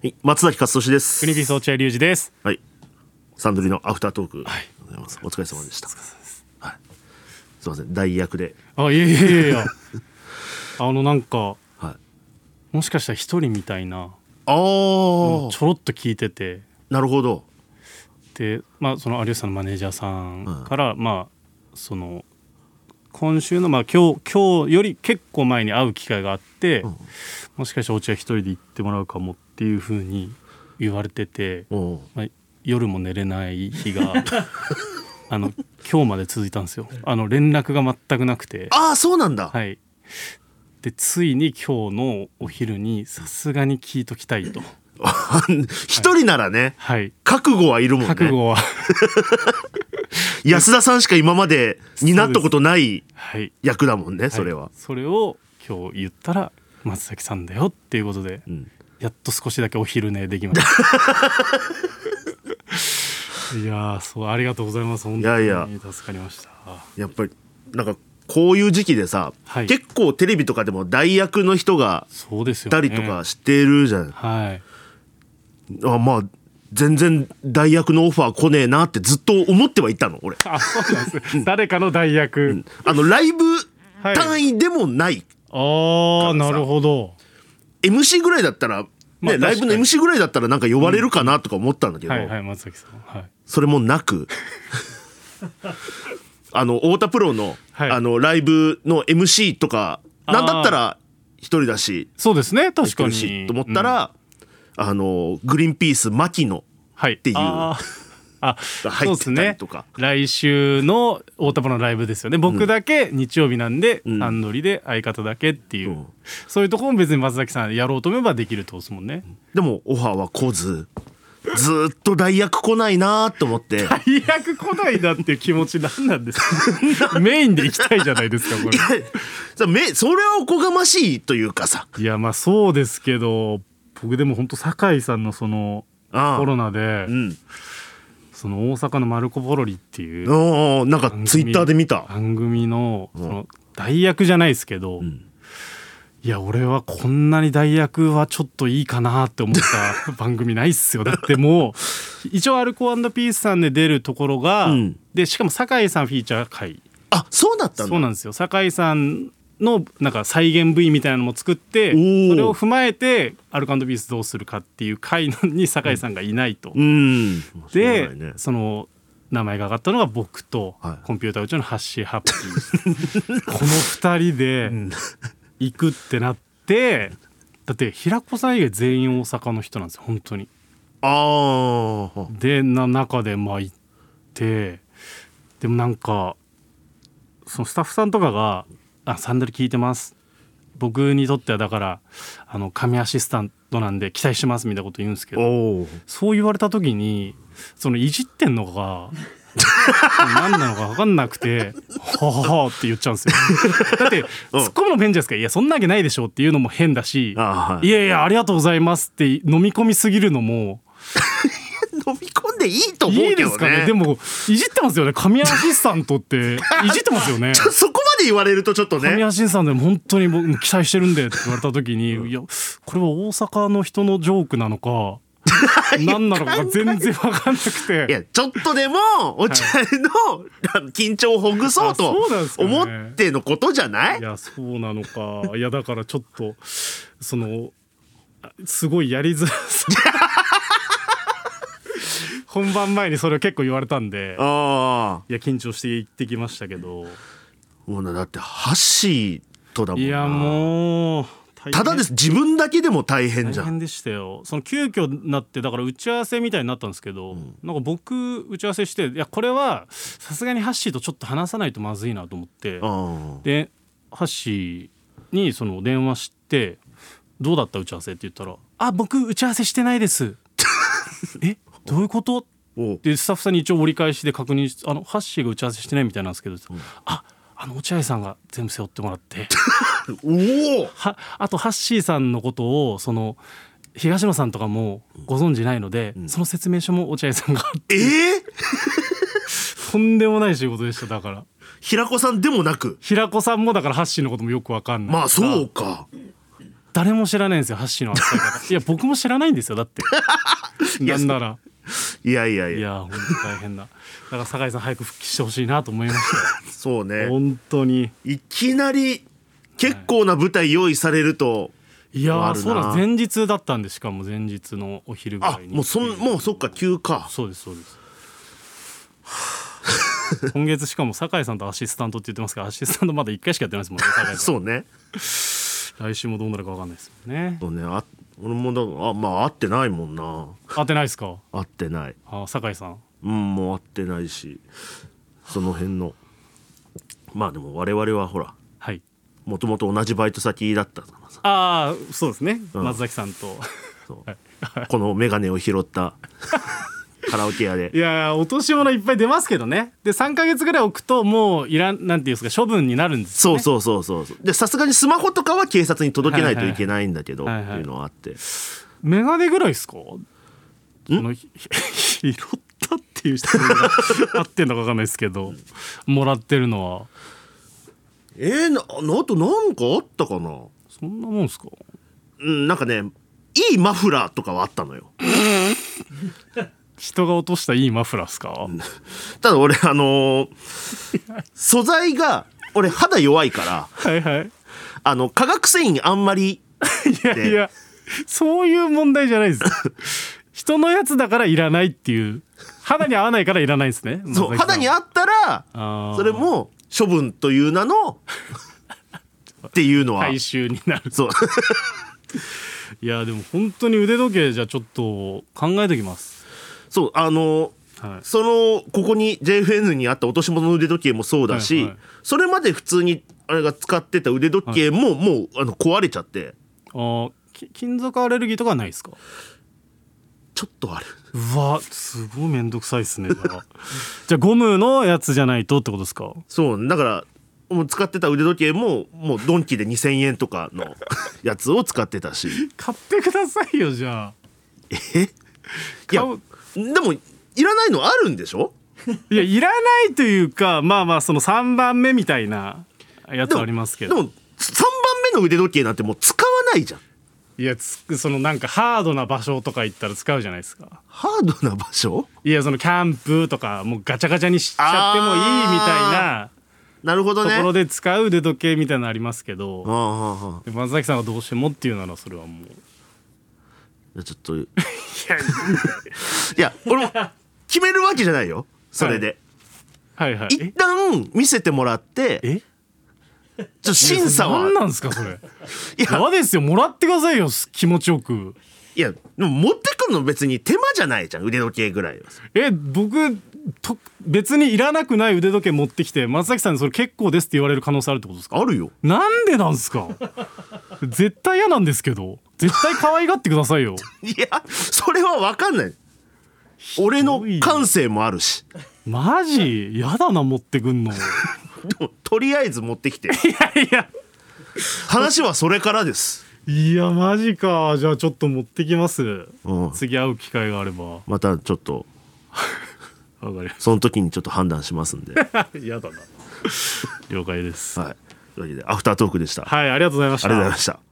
松崎勝利です。 国ピース落合隆二です。 はい。サンドリのアフタートーク、 はい、 お疲れ様でした。はい、すいません、代役で。 いやなんか、 はい、 もしかしたら一人みたいなちょろっと聞いてて、 なるほど。 で、その有吉さんのマネージャーさんから、その今週の、今日より結構前に会う機会があって、もしかしたら落合一人で行ってもらうかもっていう風に言われてて、夜も寝れない日が今日まで続いたんですよ。連絡が全くなくて。 そうなんだ。 はい。でついに今日のお昼にさすがに聞いときたいと。 一人ならね、 はい、 覚悟はいるもんね。 覚悟は安田さんしか今まで担ったことない役だもんね、それは。 それを今日言ったら松崎さんだよっていうことで、やっと少しだけお昼寝できましたいやそうありがとうございます。本当に助かりました。 やっぱりなんかこういう時期でさ、結構テレビとかでも代役の人がいたりとかしてるじゃん。全然代役のオファー来ねえなってずっと思ってはいたの俺。 そうなんです。誰かの代役、 ライブ単位でもない、 なるほど。 MC ぐらいだったら、ライブの MC ぐらいだったらなんか呼ばれるかなとか思ったんだけど、 松崎さん、 それもなく太田プロの、ライブの MC とかなんだったら一人だし、 そうですね、確かにと思ったら、グリーンピース牧野っていう、 そうですね、来週の太田プロのライブですよね。僕だけ日曜日なんで、アンドリで相方だけっていう、そういうところも別に松崎さんやろうと思えばできるってことですもんね。 でもオファーは来ず、ずっと代役来ないなと思って。 代役来ないなっていう気持ち何なんですかメインで行きたいじゃないですかこれ。 それはおこがましいというかさ。 いやそうですけど、僕でも本当酒井さんのそのコロナで、その大阪のマルコ・ポロリっていうなんかツイッターで見た番組のその代役じゃないですけど、いや俺はこんなに代役はちょっといいかなって思った番組ないっすよ。だってもう一応アルコ&ピースさんで出るところが、でしかも酒井さんフィーチャー回、 そうだったんだ。 そうなんですよ。酒井さんのなんか再現 V みたいなのも作って、それを踏まえてアルコ&ピースどうするかっていう回に酒井さんがいないと、でその名前が上がったのが僕と、コンピューターうちのハッシーハッピーこの2人で行くってなって、だって平子さん以外全員大阪の人なんですよ本当に。で中で行って、でもなんかそのスタッフさんとかがサンドリ聞いてます、僕にとってはだから神アシスタントなんで期待してますみたいなこと言うんですけど、そう言われた時にそのいじってんのが何なのか分かんなくてははって言っちゃうんですよ。だってツッコむのも変じゃないですか。いやそんなわけないでしょっていうのも変だし、いやありがとうございますって飲み込みすぎるのも飲み込んでいいと思うけどね。いいですかね。 でもいじってますよね。神アシスタントっていじってますよね。 そこまで言われるとちょっとね。 神アシスタントで本当に僕期待してるんでって言われた時に、いやこれは大阪の人のジョークなのか何なのか全然分かんなくて、 いやちょっとでもお茶の緊張をほぐそうと思ってのことじゃない？ いやそうなのか。いやだからちょっとそのすごいやりづらさ本番前にそれを結構言われたんで、いや緊張して行ってきましたけど、 もうだってハッシーとだもんな。 いやもうただです、自分だけでも大変じゃん。 大変でしたよ。その急遽になって、だから打ち合わせみたいになったんですけど、なんか僕打ち合わせして、いやこれはさすがにハッシーとちょっと話さないとまずいなと思って、でハッシーにその電話してどうだった打ち合わせって言ったら、僕打ち合わせしてないですどういうことでスタッフさんに一応折り返しで確認して、ハッシーが打ち合わせしてないみたいなんですけど、落合さんが全部背負ってもらってあとハッシーさんのことをその東野さんとかもご存じないので、その説明書も落合さんがあって、とんでもない仕事でした。だから平子さんでもなく、 平子さんもだからハッシーのこともよく分かんない。 そうか。 誰も知らないんですよ、ハッシーの扱い方。いや僕も知らないんですよだってなんならいや本当大変だ。だから酒井さん早く復帰してほしいなと思いましたそうね、 本当にいきなり結構な舞台用意されると、 いやそうなんです。前日だったんで、しかも前日のお昼ぐらいに。 もうそっか、急か。 そうです今月しかも酒井さんとアシスタントって言ってますから、アシスタントまだ1回しかやってないですもんね、酒井さんそうね、 来週もどうなるか分かんないですもんね。 そうね、俺も会ってないもんな。 会ってないですか。 会ってない。 酒井さんもう会ってないし、その辺のまあでも我々はほら、 はいもともと同じバイト先だったからさ。 そうですね、松崎さんとこのメガネを拾ったカラオケ屋で。 いや落とし物いっぱい出ますけどね。で3ヶ月ぐらい置くともうなんていうんですか、処分になるんですよね。 そうで、さすがにスマホとかは警察に届けないといけないんだけど、っていうのはあって。 メガネぐらいですか、拾ったっていう人が合ってんのか分かんないですけどもらってるのはあとなんかあったかな。 そんなもんすか。 なんかね、いいマフラーとかはあったのよ人が落としたいいマフラーっすか。 ただ俺素材が俺肌弱いから化学繊維あんまりいやそういう問題じゃないです人のやつだからいらないっていう、肌に合わないからいらないんですね。 そう肌に合ったらそれも処分という名のっていうのは回収になる。 そういやでも本当に腕時計じゃちょっと考えておきます。 そうここに JFN にあった落とし物の腕時計もそうだし、それまで普通にあれが使ってた腕時計も、もう壊れちゃって。 金属アレルギーとかはないですか。 ちょっとある。 うわすごいめんどくさいですねじゃあゴムのやつじゃないとってことですか。 そうだから、もう使ってた腕時計ももうドンキで2000円とかのやつを使ってたし買ってくださいよじゃあ。 いやでもいらないのあるんでしょ。 いやいらないというか、その3番目みたいなやつありますけど。 でも3番目の腕時計なんてもう使わないじゃん。 いやそのなんかハードな場所とか行ったら使うじゃないですか。 ハードな場所。 いやそのキャンプとかもうガチャガチャにしちゃってもいいみたいな。 なるほどね。 ところで使う腕時計みたいなのありますけど、松崎さんがどうしてもっていうならそれはもうちょっといや俺も決めるわけじゃないよそれで、一旦見せてもらって審査は何なんですかそれ。嫌ですよ、もらってくださいよ気持ちよく。 いやでも持ってくるの別に手間じゃないじゃん、腕時計ぐらいは。 僕別にいらなくない腕時計持ってきて松崎さんにそれ結構ですって言われる可能性あるってことですか。 あるよ。 なんでなんですか絶対嫌なんですけど、絶対可愛がってくださいよいやそれは分かんない。俺の感性もあるし。 マジやだな持ってくんのとりあえず持ってきて。 いや話はそれからです。 いやマジか。じゃあちょっと持ってきます、次会う機会があれば。 またちょっとその時にちょっと判断しますんでやだな了解です。 というわけでアフタートークでした。 ありがとうございました。 ありがとうございました。